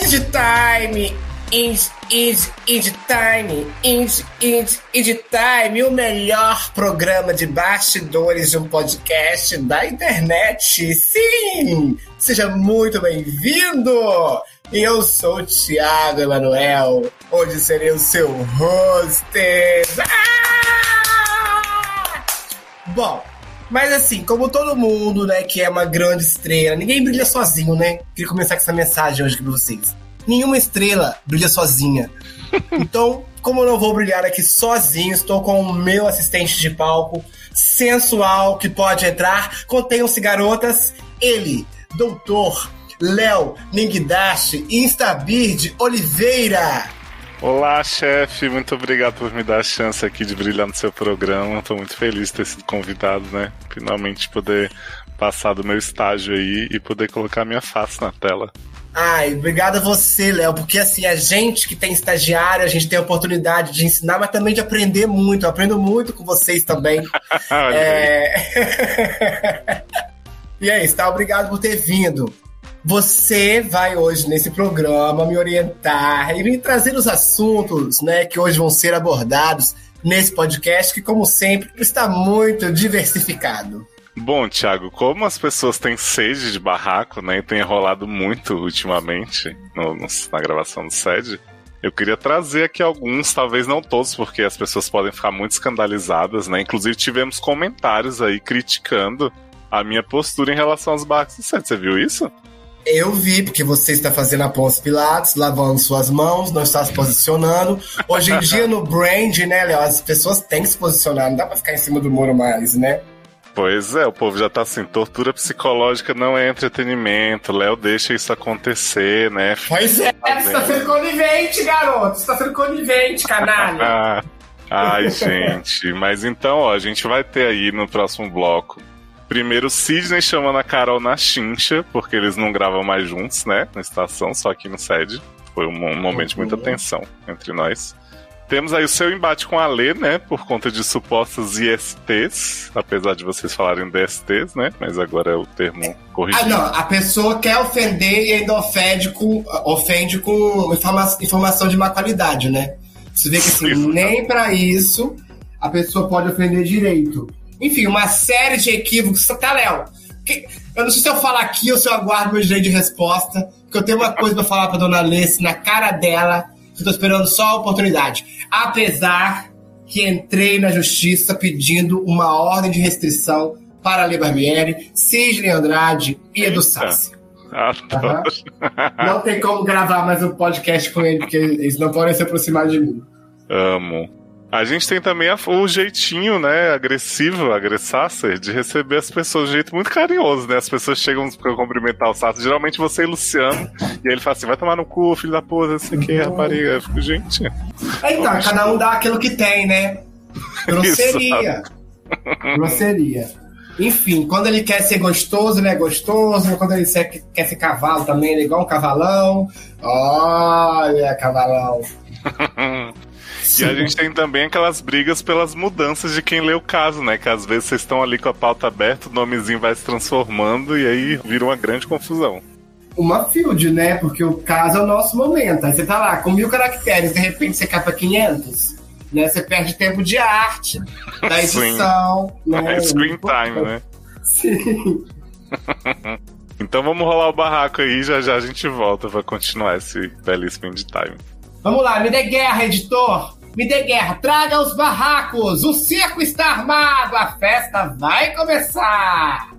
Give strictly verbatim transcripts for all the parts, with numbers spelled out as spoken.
Indie Time, Indie, Indie, Indie Time, Indie, Indie, Indie Time, o melhor programa de bastidores de um podcast da internet. Sim! Seja muito bem-vindo! Eu sou o Thiago Emanuel, hoje serei o seu hostess. Ah! Bom, mas assim, como todo mundo, né, que é uma grande estrela, ninguém brilha sozinho, né? Queria começar com essa mensagem hoje aqui pra vocês. Nenhuma estrela brilha sozinha. Então, como eu não vou brilhar aqui sozinho, estou com o meu assistente de palco sensual que pode entrar. Contenham-se, garotas. Ele, doutor Léo Ningdash Instabird Oliveira. Olá, chefe. Muito obrigado por me dar a chance aqui de brilhar no seu programa. Estou muito feliz de ter sido convidado, né? Finalmente poder passar do meu estágio aí e poder colocar minha face na tela. Ai, obrigado a você, Léo, porque assim, a gente que tem estagiário, a gente tem a oportunidade de ensinar, mas também de aprender muito. Eu aprendo muito com vocês também. é... E é isso, tá? Obrigado por ter vindo. Você vai hoje nesse programa me orientar e me trazer os assuntos, né, que hoje vão ser abordados nesse podcast, que, como sempre, está muito diversificado. Bom, Thiago, como as pessoas têm sede de barraco, né, e tem rolado muito ultimamente no, no, na gravação do S E D, eu queria trazer aqui alguns, talvez não todos, porque as pessoas podem ficar muito escandalizadas, né? Inclusive tivemos comentários aí criticando a minha postura em relação aos barracos do S E D. Você viu isso? Eu vi, porque você está fazendo a Pons Pilates, lavando suas mãos, não está se posicionando. Hoje em dia, no brand, né, Léo, as pessoas têm que se posicionar, não dá pra ficar em cima do muro mais, né? Pois é, o povo já tá assim, tortura psicológica não é entretenimento, Léo deixa isso acontecer, né? Pois é, você tá sendo conivente, garoto, você tá sendo conivente, canalha. Ai, gente, mas então, ó, a gente vai ter aí no próximo bloco primeiro o Sidney chamando a Carol na chincha, porque eles não gravam mais juntos, né, na estação, só aqui no S E D. Foi um, um momento de muita tensão entre nós. Temos aí o seu embate com a Lê, né, por conta de supostas I S Ts, apesar de vocês falarem D S Ts, né, mas agora é o termo corrigido. Ah, não, a pessoa quer ofender e ainda ofende com, ofende com informa- informação de má qualidade, né? Você vê que assim, isso, nem pra isso a pessoa pode ofender direito. Enfim, uma série de equívocos. Tá, Léo? Que, eu não sei se eu falar aqui ou se eu aguardo meu direito de resposta, porque eu tenho uma coisa pra falar pra dona Lê, na cara dela, que eu tô esperando só a oportunidade. Apesar que entrei na justiça pedindo uma ordem de restrição para a Lê Barbieri, Sidney Andrade e Edu Sassi. Uhum. Não tem como gravar mais um podcast com ele, porque eles não podem se aproximar de mim. Amo. A gente tem também a, o jeitinho, né, agressivo, agressacer, de receber as pessoas de um jeito muito carinhoso, né? As pessoas chegam pra cumprimentar o Sassi, geralmente você e Luciano, e aí ele fala assim, vai tomar no cu, filho da puta, não sei o que, rapariga. Eu fico, gente... Então, cada um dá aquilo que tem, né? Grosseria. Grosseria. Enfim, quando ele quer ser gostoso, ele é gostoso, quando ele quer ser cavalo também, ele é igual um cavalão. Olha, cavalão. E a gente tem também aquelas brigas pelas mudanças de quem lê o caso, né? Que às vezes vocês estão ali com a pauta aberta, o nomezinho vai se transformando e aí vira uma grande confusão. Uma field, né? Porque o caso é o nosso momento. Aí você tá lá com mil caracteres, de repente você cai pra quinhentos, né? Você perde tempo de arte, da edição. Né? É screen time, né? Sim. Então vamos rolar o barraco aí, já já a gente volta pra continuar esse belíssimo Indie Time. Vamos lá, me dê guerra, editor! Me dê guerra, traga os barracos! O circo está armado! A festa vai começar!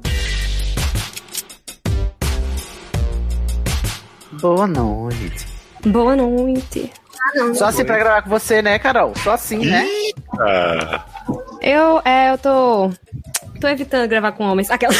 Boa noite. Boa noite. Ah, não. Só assim pra gravar com você, né, Carol? Só assim, né? Ah. Eu, é, eu tô... Tô evitando gravar com homens. Aquela...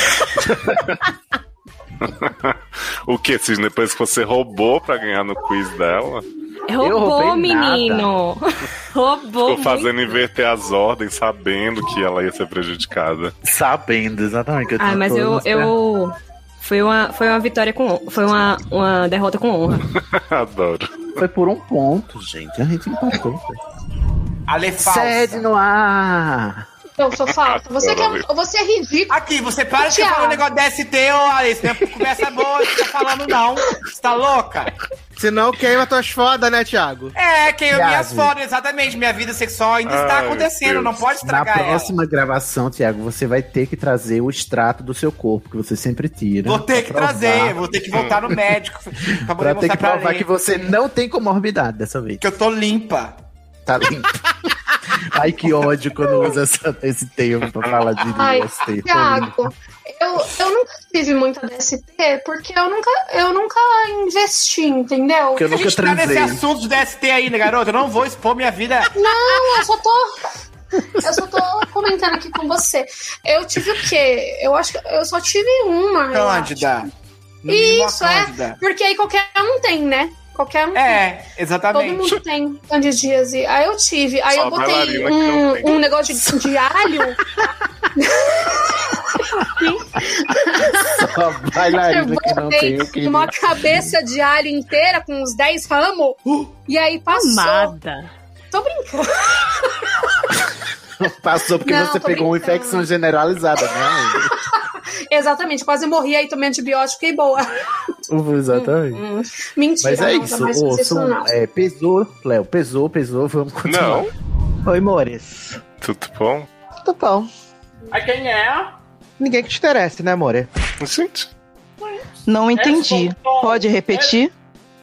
O que, Sidney? Depois que você roubou pra ganhar no quiz dela? Roubou, menino! Roubou. Ficou fazendo muito. Inverter as ordens, sabendo que ela ia ser prejudicada. Sabendo, exatamente. Ah, mas eu... eu... Foi uma, foi uma vitória com... Foi uma, uma derrota com honra. Adoro. Foi por um ponto, gente. A gente empatou. Ale falsa. Sede no ar. Não, sou falsa. Você, que é, você é ridículo. Aqui, você para de falar um negócio D S T, ô Alice. Não é conversa boa que você tá falando, não. Você tá louca? Senão queima tuas fodas, né, Thiago? É, queima Thiago. minhas fotos, exatamente. Minha vida sexual ainda está Ai, acontecendo, Deus. não pode Na estragar ela. próxima gravação, Thiago, você vai ter que trazer o extrato do seu corpo, que você sempre tira. Vou ter que pra provar- trazer, vou ter que voltar no médico pra poder Pra ter mostrar que pra provar ele que você não tem comorbidade dessa vez. que eu tô limpa. Tá limpo. Ai, que ódio quando usa essa- esse termo pra falar de Ai, D S T. Thiago, eu, eu nunca tive muita D S T porque eu nunca, eu nunca investi, entendeu? Porque eu A nunca gente tá nesse transei. assunto de D S T aí, né, garota? Eu não vou expor minha vida. Não, eu só tô. Eu só tô comentando aqui com você. Eu tive o quê? Eu acho que eu só tive uma. eu acho. Cândida. No mínimo, a Isso, é. Cândida. Porque aí qualquer um tem, né? Qualquer um tem. É, Todo exatamente. mundo tem candidíase. Aí eu tive. Aí Só eu a botei bailarina que não tem. um, um negócio de, de alho. Só bailarina Eu que não tem o que. botei uma cabeça de alho inteira com uns dez ramos. E aí passou. Amada. Tô brincando. Passou porque Não, você tô pegou uma brincando. infecção generalizada, né? Exatamente, quase morri, aí tomei antibiótico e boa. Uhum, Exatamente. Hum, mentira, Mas é não, isso. jamais Ô, fiz isso, Sum, não. é, pesou, Léo, pesou, pesou, vamos continuar. Não, Oi, Mores. tudo bom? Tá bom. A quem é? Ninguém que te interessa, né, More? Gente, Não entendi. Pode repetir?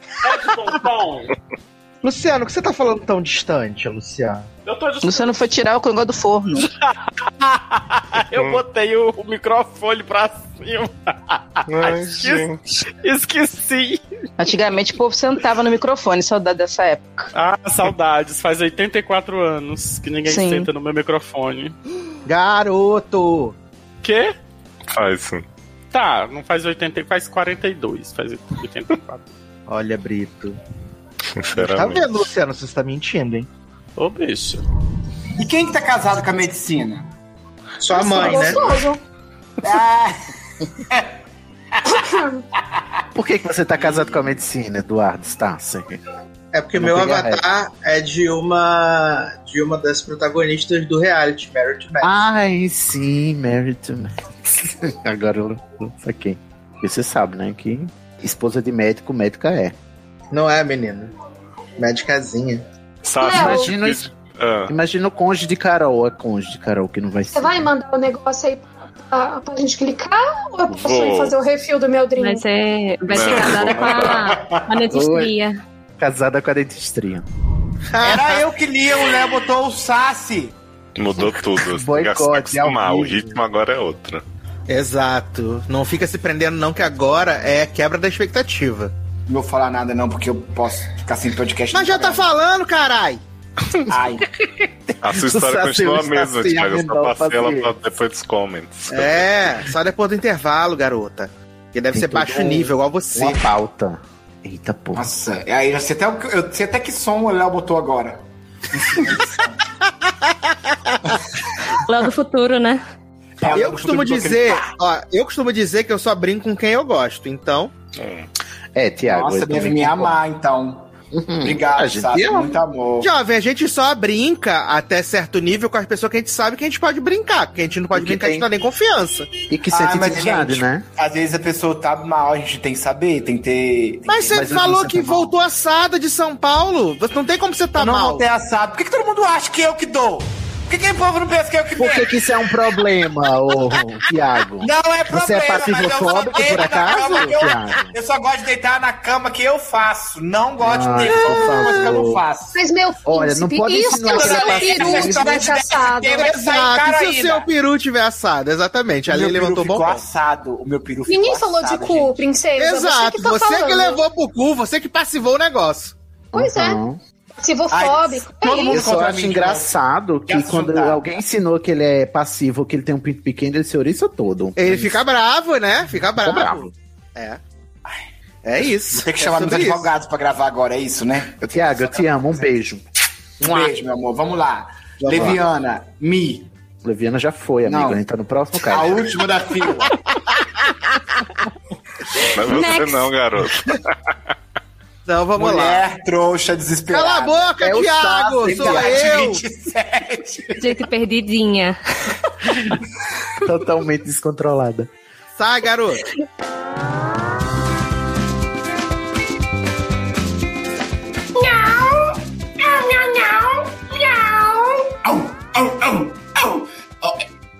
Luciano, o que você tá falando tão distante, Luciano? Luciano foi tirar o negócio do forno. Eu botei o, o microfone pra cima. ai, gente. Esqueci. Antigamente o povo sentava no microfone, saudade dessa época. Ah, saudades. Faz oitenta e quatro anos que ninguém Sim. senta no meu microfone. Garoto! Quê? Faz sim. Tá, não faz oitenta, faz quarenta e dois. Faz oitenta e quatro. Olha, Brito. Tá Sinceramente. vendo, Luciano? Você está mentindo, hein? Ô, bicho. E quem que tá casado com a medicina? Sua mãe, né? Gostoso. Ah, Por que, que você tá casado com a medicina, Eduardo Stassi? É porque Não meu peguei a avatar é de uma de uma das protagonistas do reality, Merit Match. Ai, sim, Merit Max. Agora eu eu saquei. Porque você sabe, né, que esposa de médico, médica é. Não é, menino? Médicazinha. Sabe, Léo. Imagina, Ah, imagina o cônjuge de Carol, a cônjuge de Carol, que não vai ser. Você vai mandar o negócio aí pra, pra, pra gente clicar? Ou eu posso Vou. ir fazer o refil do meu drink? Vai ser, vai ser Não. casada com a, com a dentistria. Casada com a dentistria. era eu que lia, o Léo botou o Sassi. mudou tudo. Você tem que se Boicote, acostumar. ao O vivo. ritmo agora é outro. Exato. Não fica se prendendo, não, que agora é quebra da expectativa. Não vou falar nada não, porque eu posso ficar sem podcast. Mas já tá falando, carai! Ai, A sua história Saci, continua a o mesma, Saci Thiago. Eu a só menor passei ela pra paciência. depois dos comments. É, só depois do intervalo, garota. Que deve Tem ser todo baixo um- nível, igual você. Uma pauta. Eita, porra. nossa. Aí eu sei até, o que- eu sei até que som o Léo botou agora. Léo do futuro, né? É, o Léo Eu do costumo futuro botou dizer, aquele- ó, eu costumo dizer que eu só brinco com quem eu gosto, então. Hum. É, Thiago. Nossa, eu deve também me concordo. amar, então. A Obrigado, gente sabe? ama. Muito amor. Jovem, a gente só brinca até certo nível com as pessoas que a gente sabe que a gente pode brincar. Porque a gente não pode E que brincar, a gente tem- não tem nem confiança. E que Ah, sente mas, intimidade, gente, né? Às vezes a pessoa tá mal, a gente tem que saber, tem que ter. tem Mas que- você Mas falou você que tá mal. voltou assada de São Paulo. Você não tem como você tá eu não mal. vou ter assado. Por que, que todo mundo acha que eu que dou? Por que, que o povo não pensa que eu que Por que, dou? que isso é um problema, ô Thiago? Não é problema. Você é passivofóbico, mas eu só por deito na acaso, cama que eu, Thiago? eu só gosto de deitar na cama que eu faço. Não gosto Ai, de por deitar na coisa que eu não favor. faço. Mas, meu Olha, não príncipe, pode isso insinuar que que o ele seu é peru passivo. estivesse assado. Vai sair Exato, cara se o ainda. seu peru tiver assado, exatamente. O Ali meu peru levantou bom ficou ponto. assado. O meu peru ficou Ninguém falou de assado, cu, gente. princesa. Exato, você que, tá você que falando. levou pro cu, você que passivou o negócio. Pois é. Uhum. Passivofóbico. Ai, todo é mundo Eu isso. só contra acho mim de engraçado que Que quando assunto. alguém ensinou que ele é passivo, que ele tem um pinto pequeno, ele se ouriça todo. Ele Mas- fica bravo, né? Fica bravo. bravo. É. É isso. Vou ter que É chamar meus sobre isso. advogados pra gravar agora, é isso, né? Eu tenho Tiago, eu te amo, um beijo. Um beijo, meu amor. Vamos lá. Vamos lá. Leviana, Mi. Leviana já foi, amigo. Não. A gente tá no próximo A cara. última da fila. Não é você Next. não, garoto. Então vamos lá. Mulher trouxa desesperada. Cala a boca, É o Thiago! Sassi, Sou Idade eu! vinte e sete. Gente perdidinha. Totalmente descontrolada. Sai, garoto!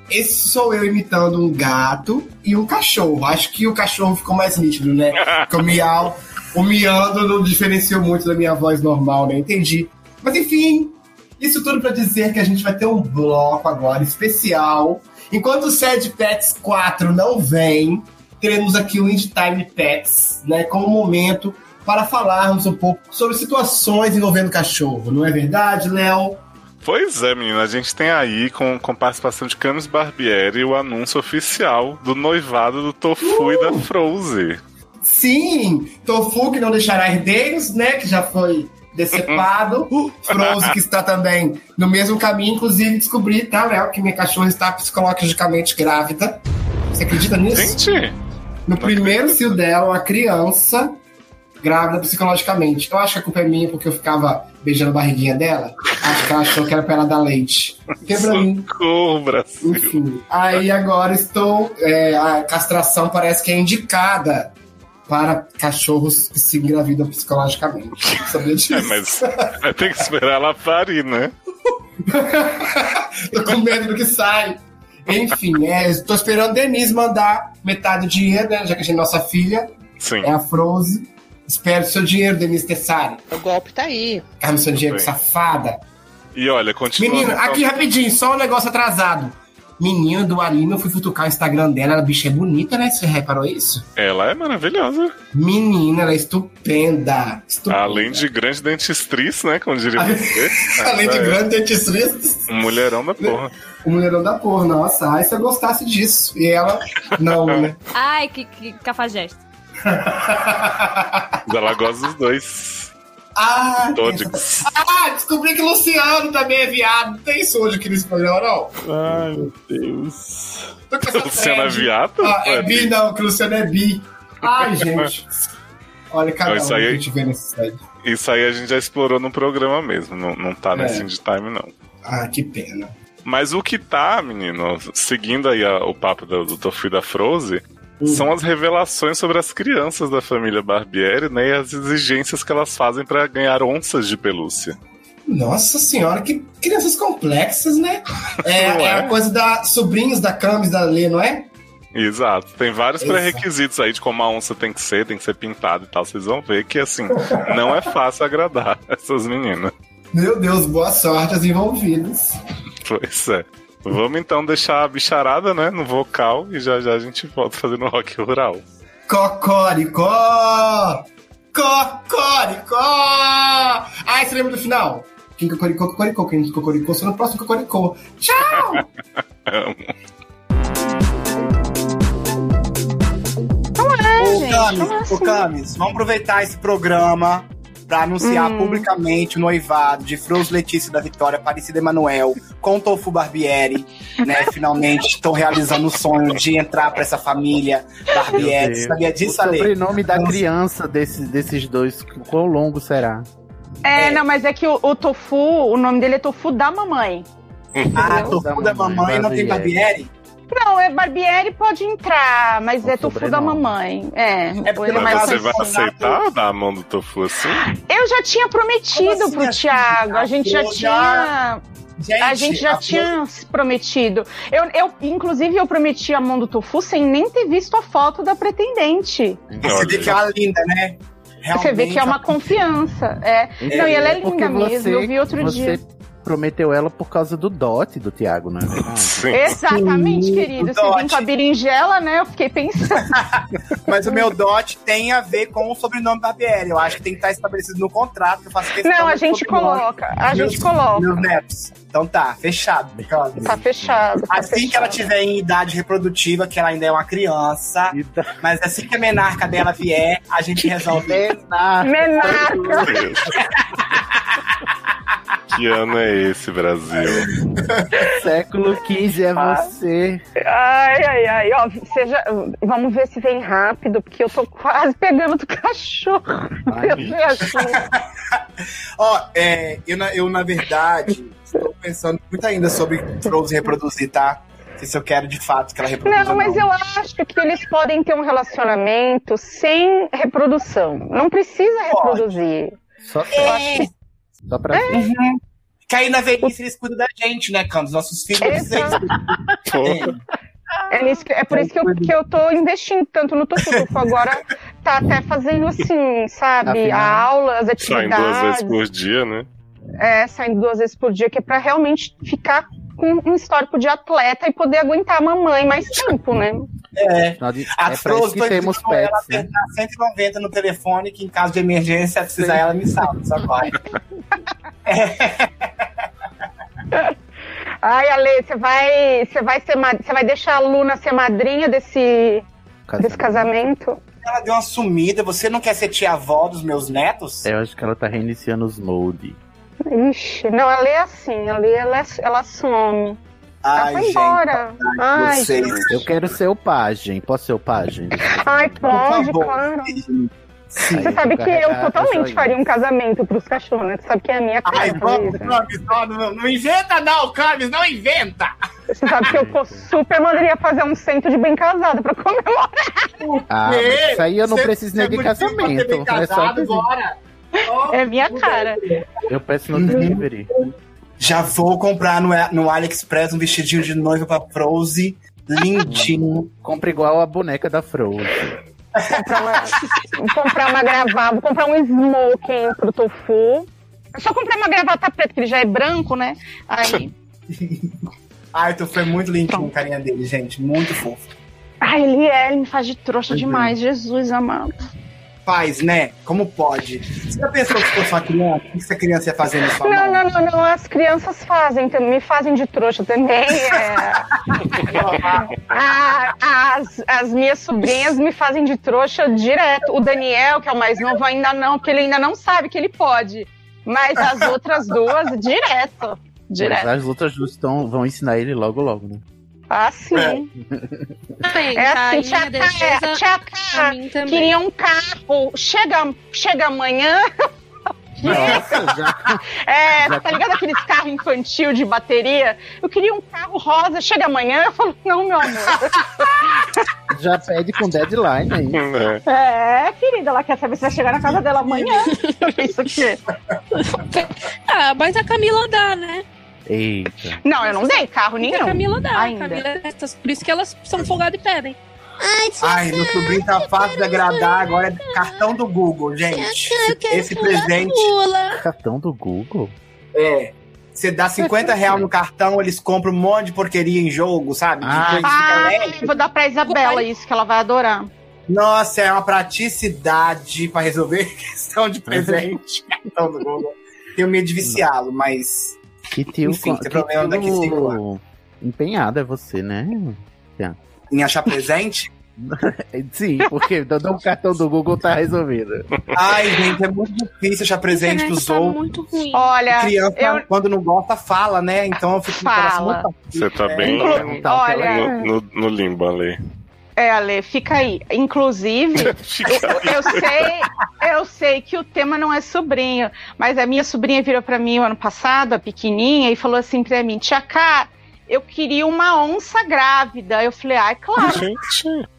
esse sou eu imitando um gato e um cachorro. Acho que o cachorro ficou mais nítido, né? Porque o miau, o miando não diferenciou muito da minha voz normal, né? Entendi. Mas enfim, isso tudo pra dizer que a gente vai ter um bloco agora especial. Enquanto o Sad Pets quatro não vem, teremos aqui o Indie Time Pets, né? Como momento para falarmos um pouco sobre situações envolvendo cachorro. Não é verdade, Léo? Pois é, menina, a gente tem aí, com, com participação de Camis Barbieri, o anúncio oficial do noivado do Tofu uh! e da Frozen. Sim, Tofu que não deixará herdeiros, né, que já foi decepado. Frozen que está também no mesmo caminho, inclusive descobri, tá, Léo, que minha cachorra está psicologicamente grávida. Você acredita nisso? Gente! No primeiro cio dela, uma criança grávida psicologicamente. Eu acho que a culpa é minha porque eu ficava beijando a barriguinha dela. Acho que ela achou que era pra ela dar leite. Que é pra mim. Socorro, Brasil. Enfim. Aí agora estou... É, a castração parece que é indicada para cachorros que se engravidam psicologicamente. Sabia disso? É, mas vai ter que esperar ela parir, né? Tô com medo do que sai. Enfim, é, estou esperando a Denise mandar metade do dinheiro, né? Já que a gente é nossa filha. Sim. É a Frozen. Espero seu dinheiro, Denise Tessari. O golpe tá aí. Carme seu dinheiro, Bem. Safada. E olha, continua. Menino, aqui rapidinho, só um negócio atrasado. Menina do Alina, eu fui futucar o Instagram dela, a bicha é bonita, né? Você reparou isso? Ela é maravilhosa. Menina, ela é estupenda. estupenda. Além de grande dentistriz, né? Como diria você. Além de é. grande dentistriz. Um mulherão da porra. O mulherão da porra, nossa. Ai, se eu gostasse disso. E ela, não, né? Ai, que, que cafajeste. Ela gosta dos dois. Ah, Todos. ah, descobri que o Luciano também é viado. Não tem isso hoje aqui nesse programa, não. Ai, meu Deus. O Luciano é viado? Ah, é bi, não, que o Luciano é bi. Ai, gente. Olha, cada um Isso que aí- a gente vê nesse site. Isso aí a gente já explorou no programa mesmo. Não, não tá nesse É. Indie Time, não. Ah, que pena. Mas o que tá, menino, seguindo aí a- o papo do, do Tofu e da Frozen, Hum. são as revelações sobre as crianças da família Barbieri, né? E as exigências que elas fazem pra ganhar onças de pelúcia. Nossa senhora, que crianças complexas, né? É, Não é é? a coisa da sobrinhos da Camis da Lê, não é? Exato. Tem vários Exato. pré-requisitos aí de como a onça tem que ser, tem que ser pintada e tal. Vocês vão ver que, assim, não é fácil agradar essas meninas. Meu Deus, boa sorte aos envolvidos. Pois é. Vamos então deixar a bicharada, né, no vocal e já já a gente volta fazendo rock rural. Cocoricó! Cocoricó! Ai, você lembra do final? Quem cocoricou, cocoricou. Quem cocoricou, só no próximo cocoricou. Tchau! Amo. Ô, gente, Camis, como assim? ô, Camis, vamos aproveitar esse programa pra anunciar Hum. publicamente o noivado de Frozen Letícia da Vitória, Aparecida Emanuel, com Tofu Barbieri, né? Finalmente estão realizando o sonho de entrar pra essa família Barbieri. Você sabia O disso, Ale? sobrenome da Nossa. criança desses, desses dois, quão longo será? É, É. não, mas é que o, o Tofu, o nome dele é Tofu da mamãe. Ah, Entendeu? Tofu da mamãe não tem Barbieri? Não, é Barbieri pode entrar, mas O é Tofu da sobrenome. mamãe. É, É porque ele no mais Mas você caso- vai conhecido. aceitar dar a mão do Tofu assim? Eu já tinha prometido Como assim, pro assim? Thiago, a gente já Eu já- tinha... Gente, A gente já a tinha se prometido. Eu, eu, inclusive, eu prometi a mão do Tofu sem nem ter visto a foto da pretendente. Você vê que é uma linda, né? Você vê que é uma Realmente, confiança. É. Não, e ela é porque linda mesmo. você- Eu vi outro você dia. prometeu ela por causa do dote do Thiago, não é verdade? Sim. Exatamente, Sim, querido. o Você vem dote. com a berinjela, né? Eu fiquei pensando. Mas o meu dote tem a ver com o sobrenome Barbieri. Eu acho que tem que estar estabelecido no contrato. Que eu faço questão Não, a do gente sobrenome. coloca. A Meus- gente coloca. Meus netos. Então tá, fechado. Camis. Tá fechado. Tá Assim fechado. que ela tiver em idade reprodutiva, que ela ainda é uma criança, E tá- mas assim que a menarca dela vier, a gente resolve. Menarca. Menarca. Deus. Que ano é esse, Brasil? Século quinze é você. Ai, ai, ai. Ó, seja... Vamos ver se vem rápido, porque eu tô quase pegando do cachorro. Ai, Eu sei assim. Ó, é, eu, na- eu, na verdade, estou pensando muito ainda sobre Frozen reproduzir, tá? Não sei se eu quero de fato que ela reproduza. Não, mas eu acho que eles podem ter um relacionamento sem reprodução. Não precisa reproduzir. Só, É, só pra uhum. Que aí na velhice eles cuidam da gente, né, Camis? Nossos filhos. Exato. Vocês. É, nisso que- é por isso que eu, que eu tô investindo tanto no Tofu. O Tofu agora tá até fazendo assim, sabe? Afinal, Aulas, Saem duas vezes atividades. por dia, né? É, saindo duas vezes por dia, que é pra realmente ficar com um histórico de atleta e poder aguentar a mamãe mais tempo, né? É. Afinal de- A é pra Frozen isso que temos pediu ela pets, né? apertar cento e noventa no telefone, que em caso de emergência, se precisar, ela me salva. Só vai. Ai, Ale, você vai, você vai ser, ma- você vai deixar a Luna ser madrinha desse, desse casamento? Ela deu uma sumida. Você não quer ser tia-avó dos meus netos? Eu acho que ela tá reiniciando os moldes. Ixi, não, a Lê é assim, a Lê, ela, ela some. Ai, ela foi gente, embora. Ai, Vocês- gente. Eu quero ser o pajem. Posso ser o pajem? Ai, pode, favor. claro. Aí Você eu sabe vou que eu carregar a totalmente joinha. faria um casamento pros cachorros, né? Você sabe que é a minha cara. Ai, fazer vamos, isso. Camis, ó, não, não inventa não, Camis, não inventa! Você sabe que eu co- super mandaria fazer um centro de bem casado pra comemorar. Ah, mas isso aí eu não Cê- preciso cê nem é de muito bem casamento. É só casado, pedir. bora! É minha cara. Eu peço no delivery. Já vou comprar no, no AliExpress um vestidinho de noiva pra Frozen, lindinho. Compra igual a boneca da Frozen. Comprar uma, vou comprar uma gravata, vou comprar um smoking pro Tofu. É só comprar uma gravata preta, que ele já é branco, né? Aí. Ai, tu foi muito lindinho a carinha dele, gente, muito fofo. Ai, ele é, ele me faz de trouxa demais, Jesus amado. Faz, né? Como pode? Você já pensou se fosse uma criança? O que essa criança ia fazer na sua Não, mão? não, não, não, as crianças fazem, também, me fazem de trouxa também. É. Ah, as, as minhas sobrinhas me fazem de trouxa direto. O Daniel, que é o mais novo, ainda não, porque ele ainda não sabe que ele pode. Mas as outras duas, direto. Mas Direto. as outras duas tão, vão ensinar ele logo, logo, né? Ah, sim. Bem, É tá aí assim, tia minha defesa Cá, tia Cá, a mim também. queria um carro, chega, chega amanhã. Nossa, já. É, Já- tá ligado aqueles carros infantil de bateria? Eu queria um carro rosa, chega amanhã. Eu falo, não, meu amor. Já pede com deadline aí. É, querida, ela quer saber se vai chegar na casa dela amanhã. Isso aqui. Ah, mas a Camila dá, né? Eita. Não, eu não dei carro nenhum. A Camila dá. Ainda. A Camila é dessas, por isso que elas são folgadas e pedem. Ai, meu sobrinho tá fácil de agradar, agora é cartão do Google, gente. Esse presente. Cartão do Google? É. Você dá cinquenta reais no cartão, eles compram um monte de porqueria em jogo, sabe? De coisa que fica Ah, leve. vou dar pra Isabela isso, que ela vai adorar. Nossa, é uma praticidade pra resolver questão de presente. Cartão do Google. Tenho medo de viciá-lo, mas. Que tio, Enfim, que tem problema daqui a cinco tio anos. empenhado é você, né? Tiago? Em achar presente? Sim, porque dando um cartão do Google tá resolvido. Ai, gente, é muito difícil achar presente pros outros. Olha, Criança, eu- quando não gosta, fala, né? Então eu fico com o coração Fala. muito Você tá É. bem Olha- no, no, no limbo, Ale. É, Ale, fica aí. Inclusive, eu, eu sei, eu sei que o tema não é sobrinho, mas a minha sobrinha virou pra mim o ano passado, a pequenininha, e falou assim pra mim, tia Cá, eu queria uma onça grávida. Eu falei, ai, claro. Gente.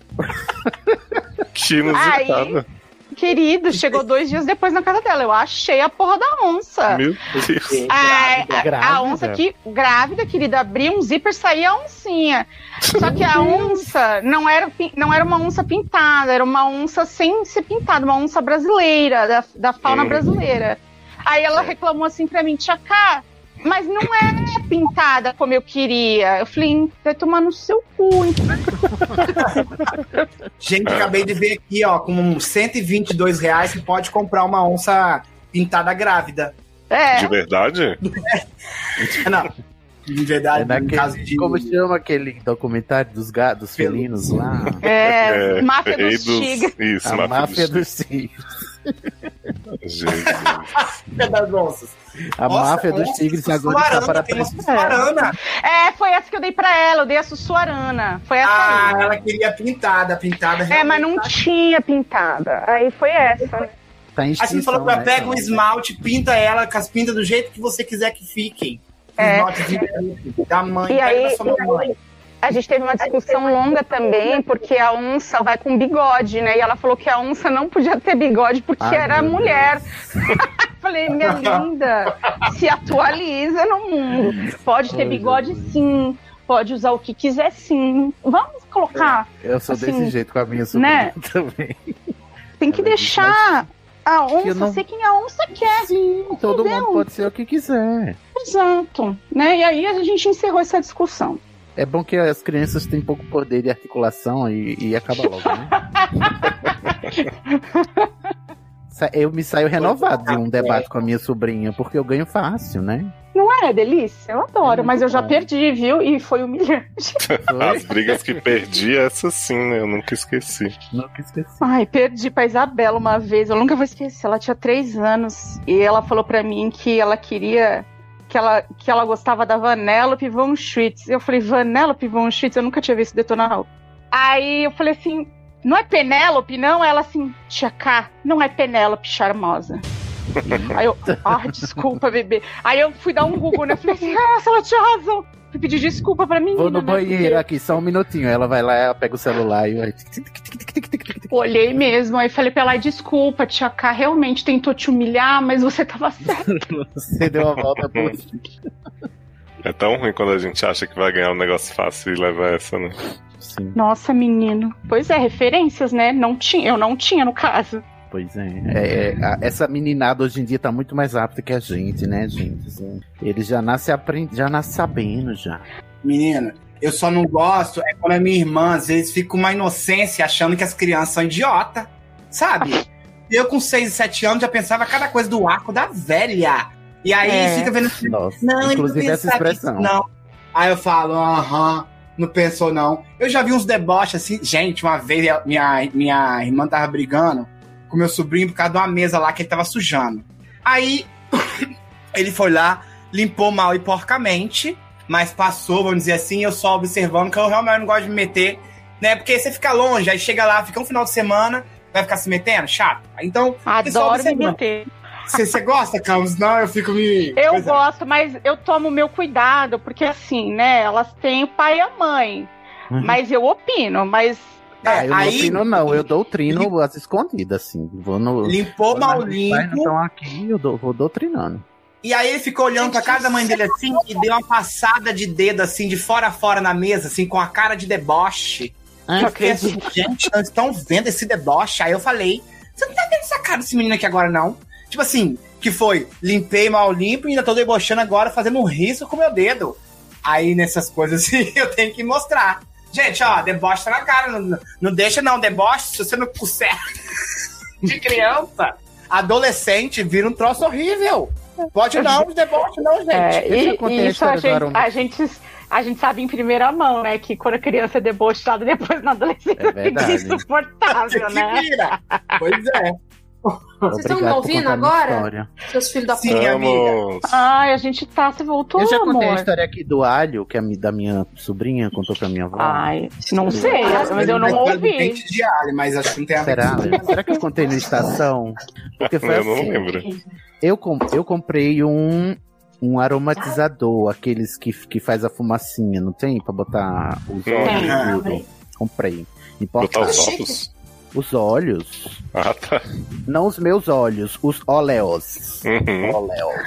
Que inusitado. Querido, chegou dois dias depois na casa dela. Eu achei a porra da onça. Meu Deus. Ai, a- a, Grávida? onça que, grávida, querida, abria um zíper, saía a oncinha. Só que a onça não era, pin- não era uma onça pintada, era uma onça sem ser pintada, uma onça brasileira, da, da fauna Hum. brasileira. Aí ela reclamou assim pra mim, tia Cá, mas não é pintada como eu queria. Eu falei, vai tomar no seu cu, então. Gente, acabei de ver aqui, ó, com cento e vinte e dois reais você pode comprar uma onça pintada grávida. É. De verdade? Não, de verdade, É no naquele, caso de... Como chama aquele documentário dos gatos, dos felinos lá? É, máfia Rei dos tigres. Isso, A máfia dos dos tigres. Jesus. das onças. A Nossa, máfia dos onça tigres agora está sussuarana, para tem uma preço. sussuarana. É, foi essa que eu dei pra ela, eu dei a Sussuarana. Foi essa Ah, aí. ela queria pintada, pintada. É, mas não tinha pintada. Aí foi essa. Tá em Aí você falou extinção, pra né, pega um então. esmalte, pinta ela com as pintas do jeito que você quiser que fiquem. É. Esmalte de- da mãe, E pega aí- da sua mamãe. A gente teve uma discussão longa também, porque a onça vai com bigode, né? E ela falou que a onça não podia ter bigode porque Ai, era meu mulher. falei, minha linda, se atualiza no mundo. Pode ter bigode sim, pode usar o que quiser sim. Vamos colocar. Eu sou assim, desse jeito com a minha sobrinha, né? também. Tem que Ela deixar a onça não... ser quem a onça quer. Sim, todo entendeu? mundo pode ser o que quiser. Exato. Né? E aí a gente encerrou essa discussão. É bom que as crianças têm pouco poder de articulação e, e acaba logo, né? Eu me saio renovado de um debate com a minha sobrinha, porque eu ganho fácil, né? Não é delícia? Eu adoro, é mas eu já bom. perdi, viu? E foi humilhante. As brigas que perdi, essa sim, né? Eu nunca esqueci. Nunca esqueci. Ai, perdi pra Isabela uma vez, eu nunca vou esquecer. Ela tinha três anos e ela falou pra mim que ela queria... Que ela, que ela gostava da Vanellope Von Schweetz. Eu falei, Vanellope Von Schweetz? Eu nunca tinha visto Detonal. Aí eu falei assim, não é Penélope, não? Ela assim, tia K, não é Penélope charmosa. Aí eu, ah, desculpa, bebê. Aí eu fui dar um Google, né? Eu falei assim, ah, ela tinha razão. Fui pedir desculpa pra mim. Vou no banheiro aqui, só um minutinho. Ela vai lá, ela pega o celular e vai... Olhei mesmo, aí falei pra ela, desculpa, tia K, realmente tentou te humilhar, mas você tava certo. Você deu a volta por É tão ruim quando a gente acha que vai ganhar um negócio fácil e leva essa, né? Sim. Nossa, menino. Pois é, referências, né? Não tinha, eu não tinha, no caso. Pois é. é, é a, essa meninada hoje em dia tá muito mais rápida que a gente, né, gente? Assim, ele já nasce aprend... já nasce sabendo, já. Menina, eu só não gosto é quando a minha irmã, às vezes, fica com uma inocência achando que as crianças são idiota, sabe? Eu com seis, sete anos já pensava cada coisa do arco da velha. E aí É. fica vendo... Nossa, Não, inclusive ele não essa pensa expressão. nisso, não. Aí eu falo, aham, não pensou não. Eu já vi uns deboches assim. Gente, uma vez minha, minha irmã tava brigando com meu sobrinho por causa de uma mesa lá que ele tava sujando. Aí ele foi lá, limpou mal e porcamente, mas passou, vamos dizer assim, eu só observando, que eu realmente não gosto de me meter, né? Porque você fica longe, aí chega lá, fica um final de semana, vai ficar se metendo? Chato. Então, Adoro me meter. Você gosta, Camus? Não, eu fico me... Eu Pois é. gosto, mas eu tomo meu cuidado, porque assim, né, elas têm o pai e a mãe. Uhum. Mas eu opino, mas... Ah, eu não aí- opino, não. Eu doutrino as escondidas, assim. Vou no, Limpou vou mal na- Meus pais não limpo. estão aqui, eu dou- vou doutrinando. E aí ele ficou olhando pra cara da mãe dele assim e deu uma passada de dedo assim, de fora a fora na mesa, assim, com a cara de deboche. Ah, Eu fiquei assim, gente, nós estamos vendo esse deboche. Aí eu falei, você não tá vendo essa cara desse menino aqui agora, não? Tipo assim, que foi, limpei mal limpo e ainda tô debochando agora, fazendo um risco com o meu dedo. Aí nessas coisas assim, eu tenho que mostrar. Gente, ó, deboche tá na cara, não, não deixa não, deboche, se você não puser de criança, adolescente vira um troço horrível. Pode não, deboche não, gente. É, Deixa eu e, contar a e isso a história do gente, Aroma. a, gente, a gente sabe em primeira mão, né? Que quando a criança é debochada, depois na adolescência É fica verdade. insuportável, Se né? vira. Pois é. Vocês estão me Obrigado por ouvindo contar a minha agora? história. Seus filhos da Sim, puta. amiga. Vamos. Ai, a gente tá, você voltou, Eu já contei amor. a história aqui do alho, que a mi- da minha sobrinha contou pra minha avó. Ai, não sei, mas eu não Agora do ouvi. Dente de alho, mas acho que não tem a ver Será, com isso. Léo? Será que eu contei na estação? Porque foi Eu não assim. lembro. Eu, com- eu comprei um, um aromatizador, aqueles que, que faz a fumacinha, não tem? Pra botar os Tem. óleos e tudo. Comprei. Botar Importante. os ovos? Os óleos. Ah, tá. Não os meus olhos, os óleos. Uhum. Óleos.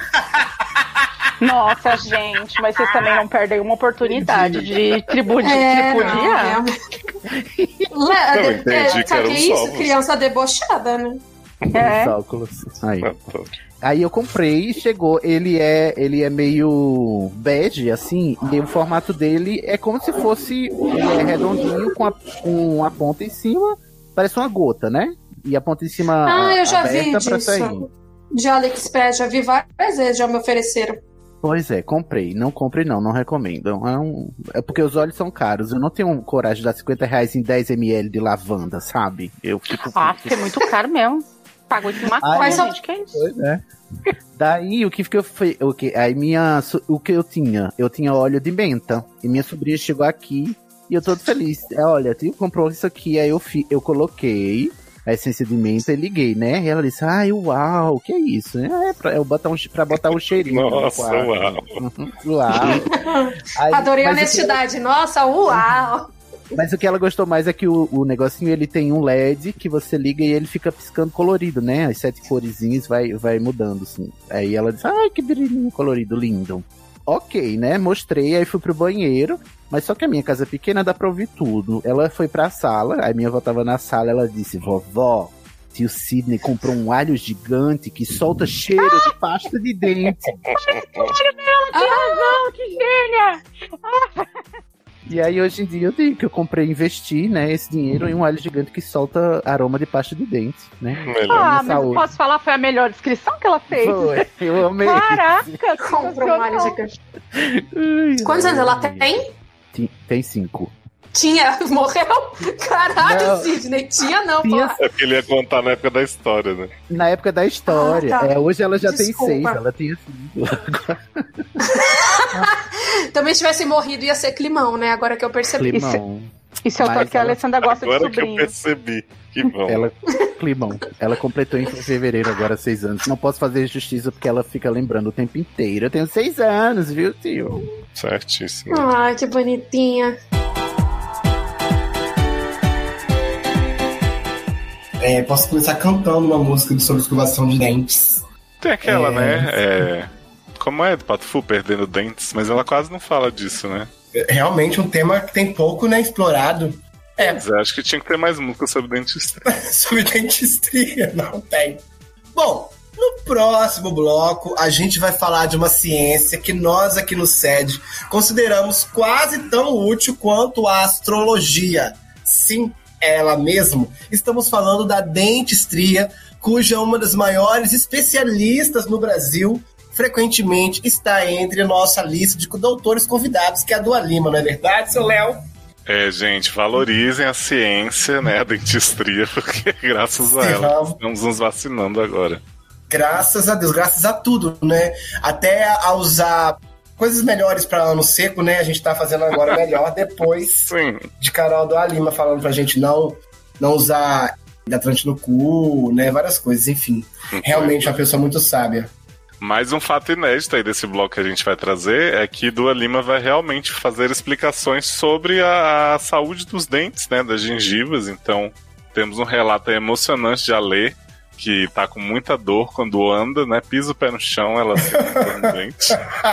Nossa, gente, mas vocês também não perdem uma oportunidade de tribu- de É, tripudiar. não, Eu é. entendi É, que sabe eram que é os isso? ovos. Criança debochada, né? É. Os óculos. Aí. Ah, tá. Aí eu comprei e chegou. Ele é, ele é meio bege, assim, e o formato dele é como se fosse. Ele é redondinho com a, com a ponta em cima. Parece uma gota, né? E a ponta em cima Ah, eu já vi aberta pra sair. disso. De AliExpress, já vi várias vezes, já me ofereceram. Pois é, comprei. Não compre não, não recomendo. É, um... é porque os óleos são caros. Eu não tenho coragem de dar cinquenta reais em dez mililitros de lavanda, sabe? Eu fico... Ah, porque é muito caro mesmo. Pagou de uma Ai, coisa, só- gente, que é isso? Pois é. Daí, o que que eu fiz? O que, aí minha, so- o que eu tinha? Eu tinha óleo de menta. E minha sobrinha chegou aqui e eu todo feliz. É, olha, tu comprou isso aqui. Aí eu, fi, eu coloquei a essência de menta e liguei, né? E ela disse, ai, uau, que é isso? É pra, eu botar um, pra botar um cheirinho. no Nossa, quarto. uau. Uau. Aí, Adorei a mas o que- honestidade. Nossa, uau! Mas o que ela gostou mais é que o, o negocinho, ele tem um L E D que você liga e ele fica piscando colorido, né? As sete coresinhas vai, vai mudando, assim. Aí ela disse, ai, que brilhinho colorido, lindo. Ok, né? Mostrei, aí fui pro banheiro. Mas só que a minha casa é pequena, dá pra ouvir tudo. Ela foi pra sala, aí minha avó tava na sala, ela disse, vovó, tio Sidney comprou um alho gigante que solta cheiro de pasta de dente. Que razão, que gênia! E aí, hoje em dia, eu digo que eu comprei, investi, né, esse dinheiro em um alho gigante que solta aroma de pasta de dente, né? Ah, mas eu posso falar, foi a melhor descrição que ela fez. Foi, eu amei. Caraca, comprou um alho gigante. Quantos anos ela tem? Tem, tem cinco. Tinha, morreu? Caralho, Não. Sidney, tinha não, Tinha. pô. É porque ele ia contar na época da história, né? Na época da história. Ah, tá. É, hoje ela já Desculpa. tem seis, ela tinha cinco. Também se tivesse morrido ia ser climão, né? Agora que eu percebi. Climão. Isso é o Mas que a ela- Alessandra gosta de Agora que eu sobrinho. percebi. Que bom. Ela, climão. Ela completou em fevereiro agora seis anos. Não posso fazer justiça porque ela fica lembrando o tempo inteiro. Eu tenho seis anos, viu, tio? Certíssimo. Ai, que bonitinha. É, posso começar cantando uma música sobre escovação de dentes. Tem aquela, É. né? É... Como é do Pato Fu perdendo dentes? Mas ela quase não fala disso, né? É realmente um tema que tem pouco, né, explorado. É, Mas eu acho que tinha que ter mais música sobre dentistria. sobre dentistria, não tem. Bom, no próximo bloco, a gente vai falar de uma ciência que nós aqui no S E D consideramos quase tão útil quanto a astrologia. Sim, ela mesmo. Estamos falando da dentistria, cuja uma das maiores especialistas no Brasil frequentemente está entre a nossa lista de doutores convidados, que é a Dua Lima, não é verdade, seu Léo? É, gente, valorizem a ciência, né? A dentistria, porque graças a ela Vamos. estamos nos vacinando agora. Graças a Deus, graças a tudo, né? Até a usar coisas melhores para ano seco, né? A gente tá fazendo agora melhor depois Sim. de Carol Dua Lima falando pra gente não, não usar hidratante no cu, né? Várias coisas, enfim. Realmente uma pessoa muito sábia. Mais um fato inédito aí desse bloco que a gente vai trazer é que Dua Lima vai realmente fazer explicações sobre a, a saúde dos dentes, né? Das gengivas. Então, temos um relato aí emocionante de Alê, que tá com muita dor quando anda, né? Pisa o pé no chão, ela se no dente.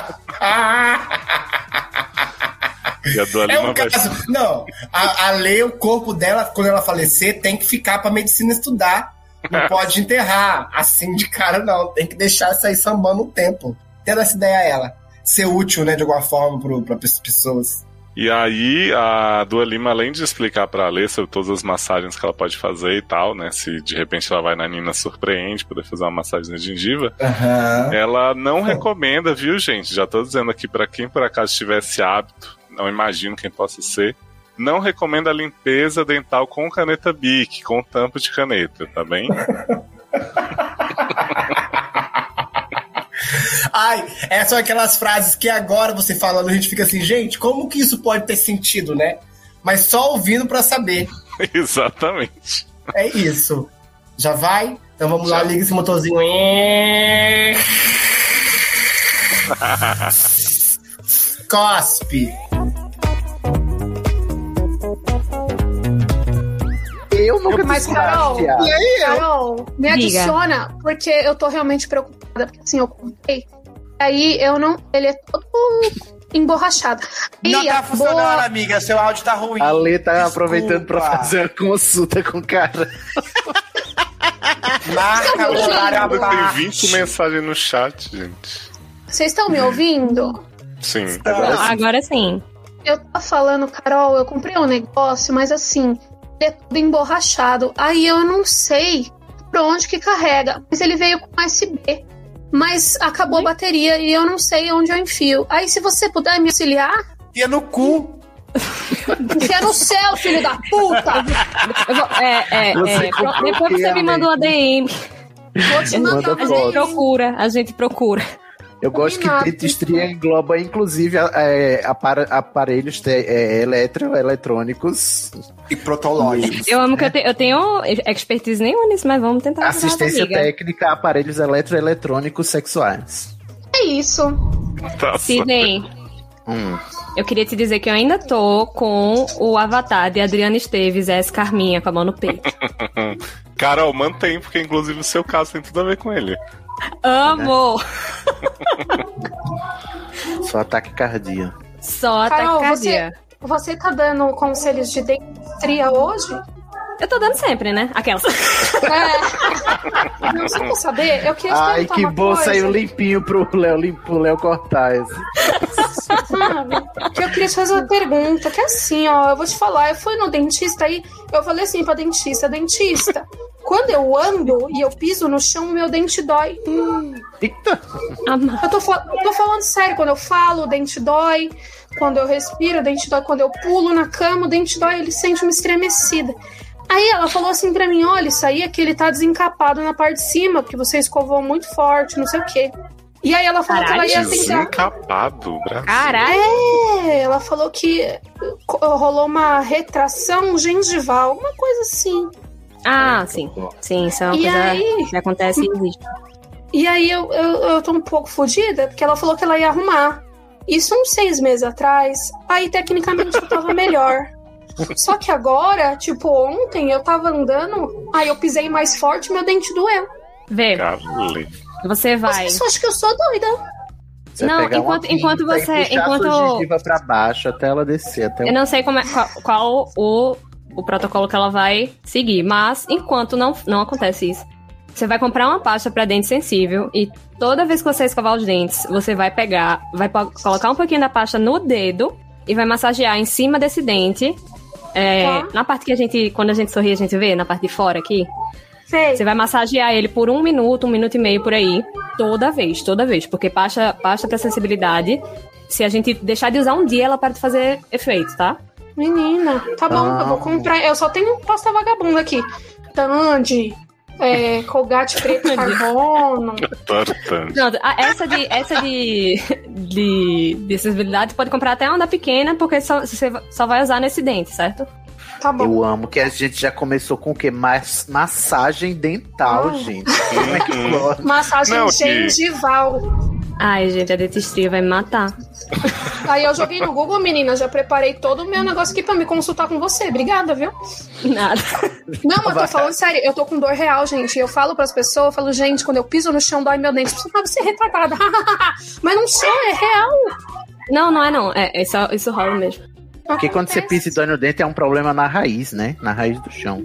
E a Dua É Lima um vai... caso. Não, a, a Lê, o corpo dela, quando ela falecer, tem que ficar pra medicina estudar. Não pode enterrar assim de cara, não. Tem que deixar isso aí sambando um tempo. Tendo essa ideia a ela. Ser útil, né, de alguma forma para as pessoas. E aí, a Dua Lima, além de explicar pra Alê sobre todas as massagens que ela pode fazer e tal, né? Se de repente ela vai na Nina Surpreende poder fazer uma massagem na gengiva, Uhum. ela não recomenda, viu, gente? Já tô dizendo aqui pra quem por acaso tiver esse hábito, não imagino quem possa ser, não recomenda a limpeza dental com caneta Bic, com tampa de caneta, tá bem? Ai, essas são aquelas frases que agora você falando, a gente fica assim, gente, como que isso pode ter sentido, né? Mas só ouvindo pra saber. Exatamente. É isso. Já vai? Então vamos Já. lá, liga esse motorzinho. Cospe. Eu nunca Mas, disse Carol, nada. E aí, eu? Carol, me Diga. adiciona, porque eu tô realmente preocupada, porque assim, eu comprei, aí eu não, ele é todo emborrachado. Não E tá a funcionando, boa- amiga. Seu áudio tá ruim. A Lê tá Desculpa. aproveitando pra fazer uma consulta com o cara. Marca o horário Tem abaixo. vinte mensagens no chat, gente. Vocês estão me ouvindo? Sim. Agora sim. Eu tava falando, Carol, eu comprei um negócio, mas assim, ele é todo emborrachado. Aí eu não sei por onde que carrega, mas ele veio com U S B. Mas acabou a bateria e eu não sei onde eu enfio. Aí se você puder me auxiliar, Ia no cu. enfia no céu, filho da puta! Eu vou- é, é, Você é, pro- comprou depois o quê, você me manda um A D M. Vou te Manda mandar A uma foto. gente procura, a gente procura. Eu gosto que Combinado. dentistria engloba, inclusive, é, apara- aparelhos te- é, eletro, eletrônicos. E protológicos. Eu amo que eu, te- eu tenho expertise nenhuma nisso, mas vamos tentar ajudar a Assistência amiga. técnica, aparelhos eletroeletrônicos sexuais. É isso. Tá Sidney, Hum. Eu queria te dizer que eu ainda tô com o avatar de Adriana Esteves, S. Carminha, com a mão no peito. Carol, mantém, porque inclusive o seu caso tem tudo a ver com ele. Amo! Só ataque cardíaco. Só Carol, ataque você, cardíaco. você tá dando conselhos de dentria hoje? Eu tô dando sempre, né? Aquelas. É. Não, só pra saber, eu queria te Ai, perguntar que uma bom, coisa. saiu limpinho pro Léo, limpo, pro Léo cortar esse. Sabe? Que eu queria te fazer uma pergunta, que é assim, ó, eu vou te falar, eu fui no dentista aí, eu falei assim pra dentista, dentista, quando eu ando e eu piso no chão, meu dente dói. Hum. Eita! Eu tô, fal- tô falando sério, quando eu falo, o dente dói, quando eu respiro, o dente dói, quando eu pulo na cama, o dente dói, ele sente uma estremecida. Aí ela falou assim pra mim, olha, isso aí é que ele tá desencapado na parte de cima, porque você escovou muito forte, não sei o quê. E aí ela falou Caralho, que ela ia tentar... desencapado, Brasil. Caralho! É, ela falou que rolou uma retração gengival, alguma coisa assim. Ah, sim. Sim, isso é uma E coisa aí? que acontece e existe. E aí eu, eu, eu tô um pouco fodida, porque ela falou que ela ia arrumar. Isso uns seis meses atrás, aí tecnicamente eu tava melhor. Só que agora, tipo, ontem eu tava andando, aí eu pisei mais forte e meu dente doeu. Vê, Caralho. você vai. As pessoas acham que eu sou doida. Você Não, pegar uma enquanto- enquanto pinça e você- puxar enquanto- a sua gengiva pra baixo até ela descer. Até Eu não sei como é, qual, qual o, o protocolo que ela vai seguir, mas enquanto não, não acontece isso, você vai comprar uma pasta pra dente sensível e toda vez que você escovar os dentes, você vai pegar, vai po- colocar um pouquinho da pasta no dedo e vai massagear em cima desse dente. É, Tá. Na parte que a gente, quando a gente sorri, a gente vê, na parte de fora aqui. Sei. Você vai massagear ele por um minuto, um minuto e meio por aí, toda vez, toda vez. Porque pasta, pasta pra sensibilidade, se a gente deixar de usar um dia, ela para de fazer efeito, tá? Menina, tá bom, Ah. eu vou comprar. Eu só tenho pasta vagabunda aqui. Tandy, é, Colgate preto carbono. Adoro tanto. Não, a- essa de, essa de, de, de sensibilidade pode comprar até uma da pequena, porque só, você só vai usar nesse dente, certo? Tá bom. Eu amo que a gente já começou com o quê? Mas, massagem dental, Ah. gente. Como é que pode? Massagem Não, e- gengival. Ai, gente, a dentistria vai me matar. Aí eu joguei no Google, menina, já preparei todo o meu negócio aqui pra me consultar com você. Obrigada, viu? Nada. Não, mas eu tô falando sério, eu tô com dor real, gente. Eu falo pras pessoas, eu falo, gente, quando eu piso no chão, dói meu dente. Você sabe ser retardada. Mas não sou, é real. Não, não é não. É, isso, isso rola mesmo. Porque quando você pisa e dói no dente é um problema na raiz, né? Na raiz do chão.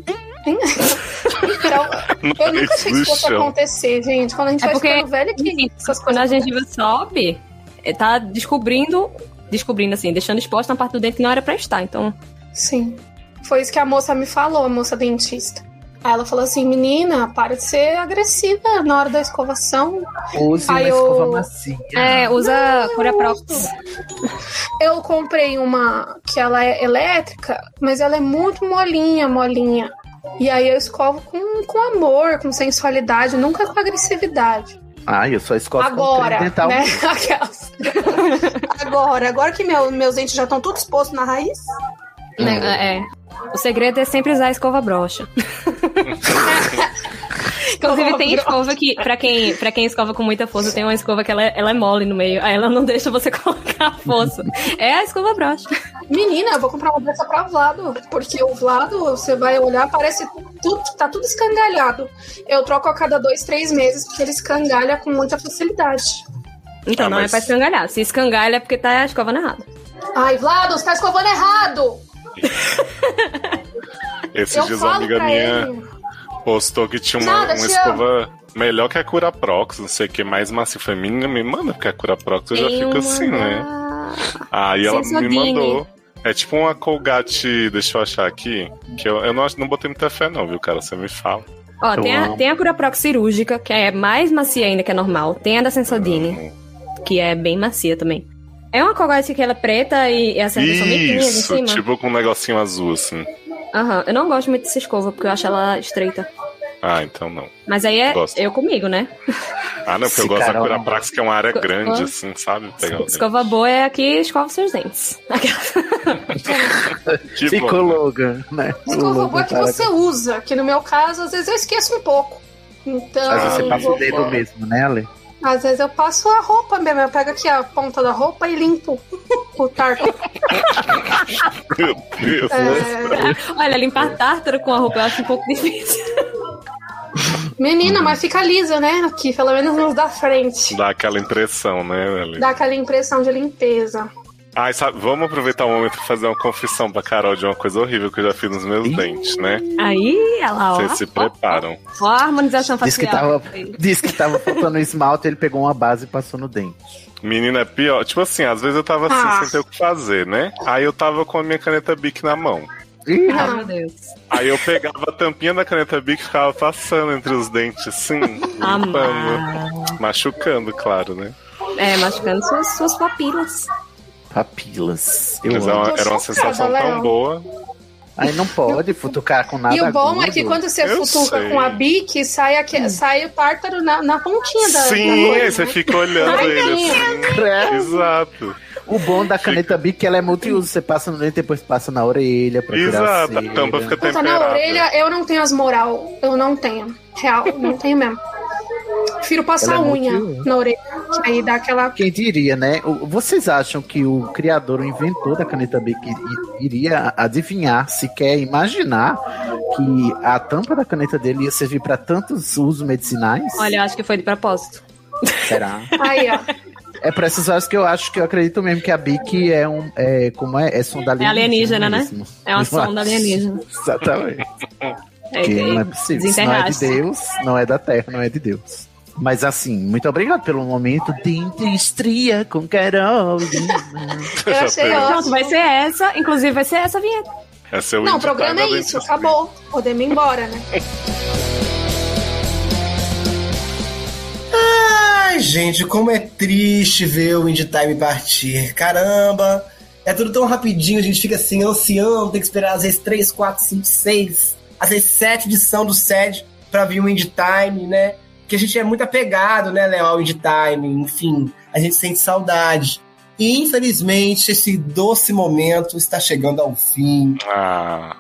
Então, eu nunca achei que isso fosse chão. acontecer, gente. Quando a gente É vai porque, ficando velho, que essas Quando a coisas gengiva sobe, é, tá descobrindo, descobrindo assim, deixando exposta uma parte do dente que não era pra estar. Então, Sim. Foi isso que a moça me falou, a moça dentista. Aí ela falou assim, menina, para de ser agressiva na hora da escovação. Use uma Aí eu- escova macia. é, usa Curaprox. Eu comprei uma que ela é elétrica, mas ela é muito molinha, molinha. E aí eu escovo com, com amor, com sensualidade, nunca com agressividade. Ah, eu só escovo com Agora, creme dental. né? Aquelas. agora, agora que meu- meus dentes já estão todos expostos na raiz. Né, é. O segredo é sempre usar a escova broxa. Inclusive tem escova que, pra quem, pra quem escova com muita força, tem uma escova que ela é, ela é mole no meio. Aí ela não deixa você colocar a força. É a escova broxa. Menina, eu vou comprar uma dessa pra Vlado, porque o Vlado, você vai olhar, parece tudo, tá tudo escangalhado. Eu troco a cada dois, três meses, porque ele escangalha com muita facilidade. Então Ah, não mas- é pra escangalhar. Se escangalha é porque tá escovando errado. Ai, Vlado, você tá escovando errado! Esses Eu dias uma falo amiga pra minha ele. postou que tinha uma, Nada, uma te escova melhor que a Curaprox, não sei o que, mais macia. Foi, menina, me manda, porque a Curaprox eu já Tem fico uma assim, né? da- Aí ela me Sensodyne. mandou. É tipo uma Colgate, deixa eu achar aqui, que eu, eu não, acho- não botei muita fé não, viu, cara? Você me fala. Ó, Eu tem a, amo. tem a Curaprox cirúrgica, que é mais macia ainda que a normal. Tem a da Sensodyne, que é bem macia também. É uma Colgate que ela é preta e, e as cerdas são bem fininhas em Isso, cima. tipo com um negocinho azul, assim. Aham, eu não gosto muito dessa escova, porque eu acho ela estreita. Ah, então não. Mas aí é Gosto. eu comigo, né? Ah, não, porque Esse eu gosto da cara não Curaprax, que é uma área Co- grande, co- assim, sabe? Pegar o Escova boa é aqui escova seus dentes. Que Ficou bom. Logan, né? O Escova Logan boa que tá- você usa, que no meu caso, às vezes eu esqueço um pouco. Então. Mas você passa o vou- dedo mesmo, né, Ale? Às vezes eu passo a roupa mesmo. Eu pego aqui a ponta da roupa e limpo o tártaro. Meu Deus. É... Olha, limpar tártaro com a roupa eu acho um pouco difícil. Menina, mas fica lisa, né? Aqui, pelo menos nos da frente. Dá aquela impressão, né, Nelly? Dá aquela impressão de limpeza. Ai, sabe, vamos aproveitar o momento e fazer uma confissão pra Carol de uma coisa horrível que eu já fiz nos meus Ih. dentes, né? Aí, ela, ó. Vocês se preparam. Ó, a harmonização facial. Diz que tava, disse que tava faltando esmalte, ele pegou uma base e passou no dente. Menina, é pior. Tipo assim, às vezes eu tava assim, ah. sem ter o que fazer, né? Aí eu tava com a minha caneta Bic na mão. Ih, ah, meu Deus. Aí eu pegava a tampinha da caneta Bic e ficava passando entre os dentes, assim, limpando, machucando, claro, né? É, machucando suas, suas papilas. Papilas. Eu Mas amo. Era uma sensação casa, tão Léo. boa. Aí não pode futucar com nada. E o bom agudo. é que quando você Eu futuca sei. com a bique, sai, aqui, hum. sai o tártaro na, na pontinha da Sim, da coisa, aí você né? fica olhando Ai, ele assim. Exato. O bom da caneta Bic é que ela é multiuso. Você passa no dente e depois passa na orelha pra tirar a Exato, a cera. tampa fica Puta, temperada. na orelha eu não tenho as moral. Eu não tenho. Real, não tenho mesmo. Prefiro passar Ela é unha multiuso. na orelha. Que aí dá aquela. Quem diria, né? O- Vocês acham que o criador, o inventor da caneta Bic i- iria adivinhar, sequer imaginar que a tampa da caneta dele ia servir pra tantos usos medicinais? Olha, eu acho que foi de propósito. Será? Aí, ó. É por essas horas que eu acho que eu acredito mesmo que a Bic é um. É, como é? É sonda É alienígena, né? mesmo. É uma sonda alienígena. Exatamente. É, Porque não é possível. Se não é de desenterraste. Deus, não é da Terra, não é de Deus. Mas assim, muito obrigado pelo momento de Dentistria com Carolina. Eu achei Pronto, ótimo. vai ser essa. Inclusive, vai ser essa a vinheta. Esse é o Não, o indicado programa é da isso, dentista. acabou. Podemos ir embora, né? Ai, gente, como é triste ver o Indie Time partir. Caramba, é tudo tão rapidinho, a gente fica assim, ansiando, tem que esperar às vezes três, quatro, cinco, seis, às vezes sete edição do S E D pra vir o Indie Time, né? Que a gente é muito apegado, né, Léo, ao Indie Time, enfim, a gente sente saudade. E, infelizmente, esse doce momento está chegando ao fim. Ah,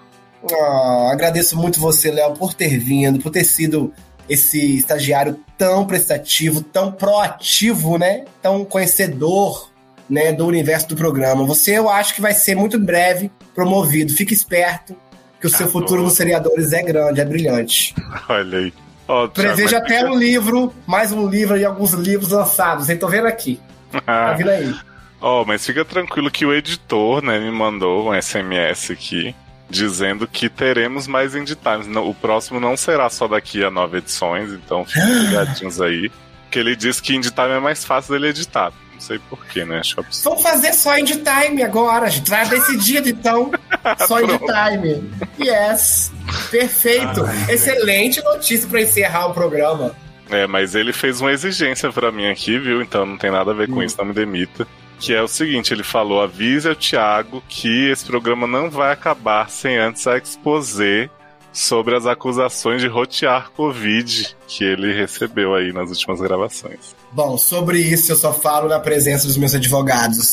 Ah, agradeço muito você, Léo, por ter vindo, por ter sido esse estagiário tão prestativo, tão proativo, né? Tão conhecedor, né, do universo do programa. Você, eu acho que vai ser muito breve promovido. Fique esperto, que o seu Tá futuro bom. nos seriadores é grande, é brilhante. olha aí. Ó, Prevejo Thiago, até mas um livro, mais um livro e alguns livros lançados. Hein? Tô vendo aqui. Tá vindo aí. Ó, mas fica tranquilo que o editor, né, me mandou um S M S aqui dizendo que teremos mais Indie Times. Não, o próximo não será só daqui a nove edições, então fiquem ligadinhos aí. Que ele disse que Indie Time é mais fácil dele editar. Não sei porquê, né? Acho absurdo. Vamos fazer só Indie Time agora. A gente vai decidido, então. Só Indie Time. Yes. Perfeito. Excelente notícia pra encerrar o programa. É, mas ele fez uma exigência pra mim aqui, viu? Então não tem nada a ver com isso, não me demita. Que é o seguinte, ele falou, avise ao Thiago que esse programa não vai acabar sem antes a exposé sobre as acusações de rotear Covid que ele recebeu aí nas últimas gravações. Bom, sobre isso eu só falo na presença dos meus advogados.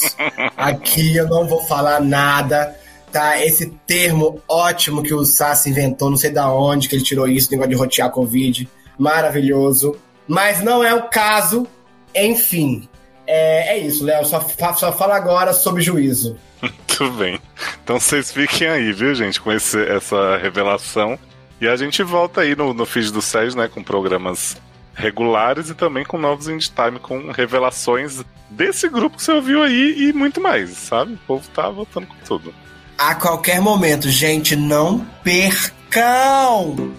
Aqui eu não vou falar nada, tá? Esse termo ótimo que o Sassi inventou, não sei da onde que ele tirou isso, negócio de rotear Covid. Maravilhoso. Mas não é o caso. Enfim, é, é isso, Léo. Só, só fala agora sobre juízo. Tudo bem. Então vocês fiquem aí, viu, gente, com esse, essa revelação. E a gente volta aí no, no feed do S E D, né, com programas regulares e também com novos Indie Time, com revelações desse grupo que você ouviu aí e muito mais, sabe? O povo tá voltando com tudo. A qualquer momento, gente, não percam!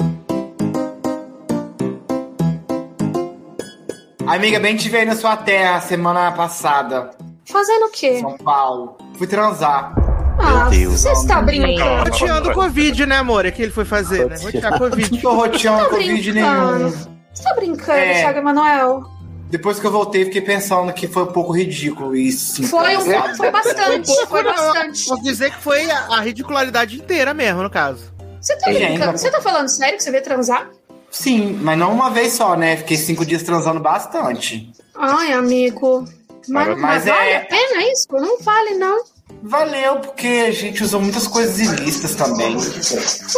Amiga, bem te veio na sua terra semana passada. Fazendo o quê? São Paulo. Fui transar. Ah, Deus. você está brincando. Roteando Covid, né, amor? É que ele foi fazer, né? Rotear Covid. Não tô roteando Tá Covid brincando. nenhum. Você tá brincando, É. Thiago Emanuel? Depois que eu voltei, fiquei pensando que foi um pouco ridículo isso. sim, Foi, um, transar. foi bastante, foi bastante. Posso dizer que foi a, a ridicularidade inteira mesmo, no caso. Você tá Gente, brincando? não- Você tá falando sério que você veio transar? Sim, mas não uma vez só, né? Fiquei cinco dias transando bastante. Ai, amigo. Mas, Mas mas vale é- a pena isso? Não vale, não. Valeu, porque a gente usou muitas coisas ilícitas também. Mas...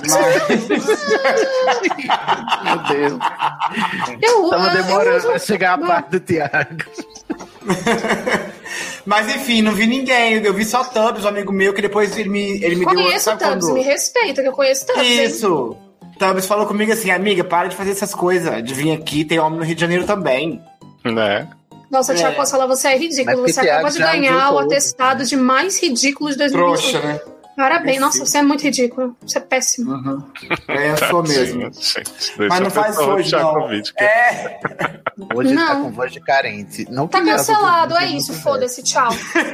Meu Deus. Eu, Tava eu demorando uso- pra chegar a parte do Thiago. Mas enfim, não vi ninguém. Eu vi só Tubbs, um amigo meu, que depois ele me, ele me deu... Conheço o sabe Tubbs, quando- me respeita, que eu conheço Tubbs. hein? Isso! Tubbs falou comigo assim, amiga, para de fazer essas coisas. De vir aqui, tem homem no Rio de Janeiro também. Né? Nossa, É. Thiago Poçala, você é ridículo. Mas Você que acabou Thiago de já ganhar usou o todo. atestado de mais ridículo de dois mil e vinte e um. Trouxa, né? Parabéns. Nossa, Sim. você é muito ridículo. Você é péssimo. Uhum. É, eu sou mesmo. Gente, Mas não faz hoje, não. É. Hoje ele tá Não. com voz de carente. Não Tá que ela- cancelado, é não isso. tem Foda-se, tchau.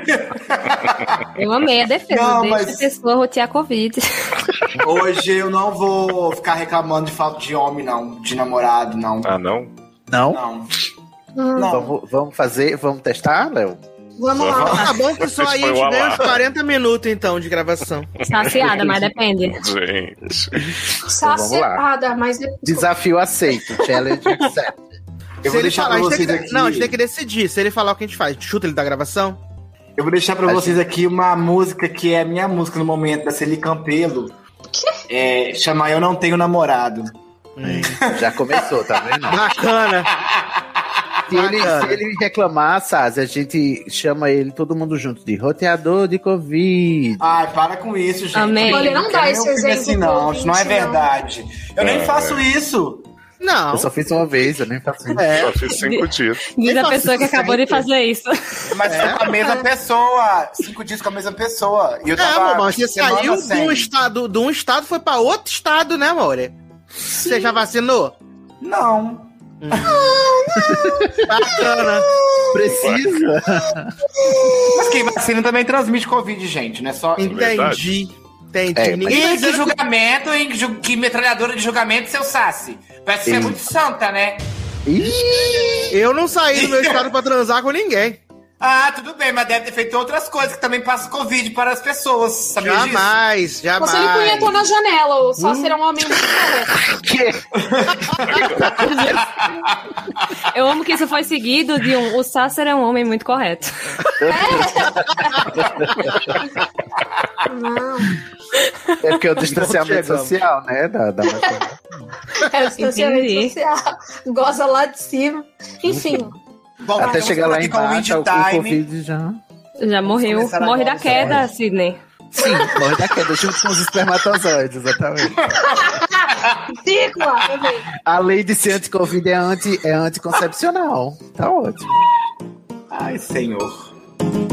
Eu amei a defesa. Não, Deixa mas- a pessoa rotear Covid. Hoje eu não vou ficar reclamando de falta de homem, não. De namorado, não. Ah, não? Não? Não. Hum, Não. Vamos, vamos fazer, vamos testar, Léo? Vamos lá. Tá bom que só aí a Foi o gente ganha uns alarme. quarenta minutos, então, de gravação. Saciada, mas depende. Gente. Sacetada, mas depois. Desafio aceito. Challenge accept. Eu Se vou ele deixar falar, pra a gente tem vocês que... aqui. Não, a gente tem que decidir. Se ele falar o que a gente faz, chuta ele da gravação? Eu vou deixar pra A vocês aqui uma música que é a minha música no momento, da Celi Campelo. É, chama Eu Não Tenho Namorado. Já começou, tá vendo? Bacana. Se ele, Bacana. se ele reclamar, Saz, a gente chama ele todo mundo junto de roteador de Covid. Ai, para com isso, gente. Amém. Olha, não Eu dá quero esse meu filho exemplo assim, pro não. Isso não é ouvinte, não. verdade. Eu nem É. faço isso. Não. Eu só fiz uma vez, eu nem faço isso. É. Só fiz cinco dias. Diz a faço pessoa que isso acabou de sempre. fazer isso. Mas foi com a mesma pessoa. Cinco dias com a mesma pessoa. E eu É, tava amor, mas você semana saiu de sem. um, estado, de um estado foi pra outro estado, né, amor? Você já vacinou? Não. Bacana. Precisa? Mas quem vacina também transmite Covid, gente, né? Só... Entendi. Entendi. É, Ninguém E tá que dizendo que- julgamento, hein? Que ju- Que metralhadora de julgamento, seu Sassi. Parece ser Ih. muito santa, né? Eu não saí do meu estado pra transar com ninguém. Ah, tudo bem, mas deve ter feito outras coisas que também passam Covid para as pessoas. Sabia disso? Jamais, jamais. Você me punhetou na janela, ou só será um homem muito correto. Eu amo que isso foi seguido de um. O Sasser é um homem muito correto. Não. É porque é o distanciamento Chegamos. social, né? Da, da... É o distanciamento Entendi. social. Goza lá de cima. Enfim. Bom, Até vamos chegar lá aqui com o embaixo, o, Wind o Time. Covid já... Já morreu. começar Morre agora, da queda, vai. Sidney. Sim, morre da queda junto com os espermatozoides, exatamente. Ridícula! Também. A lei de ser anti-Covid é, anti, é anticoncepcional. Tá ótimo. Ai, senhor.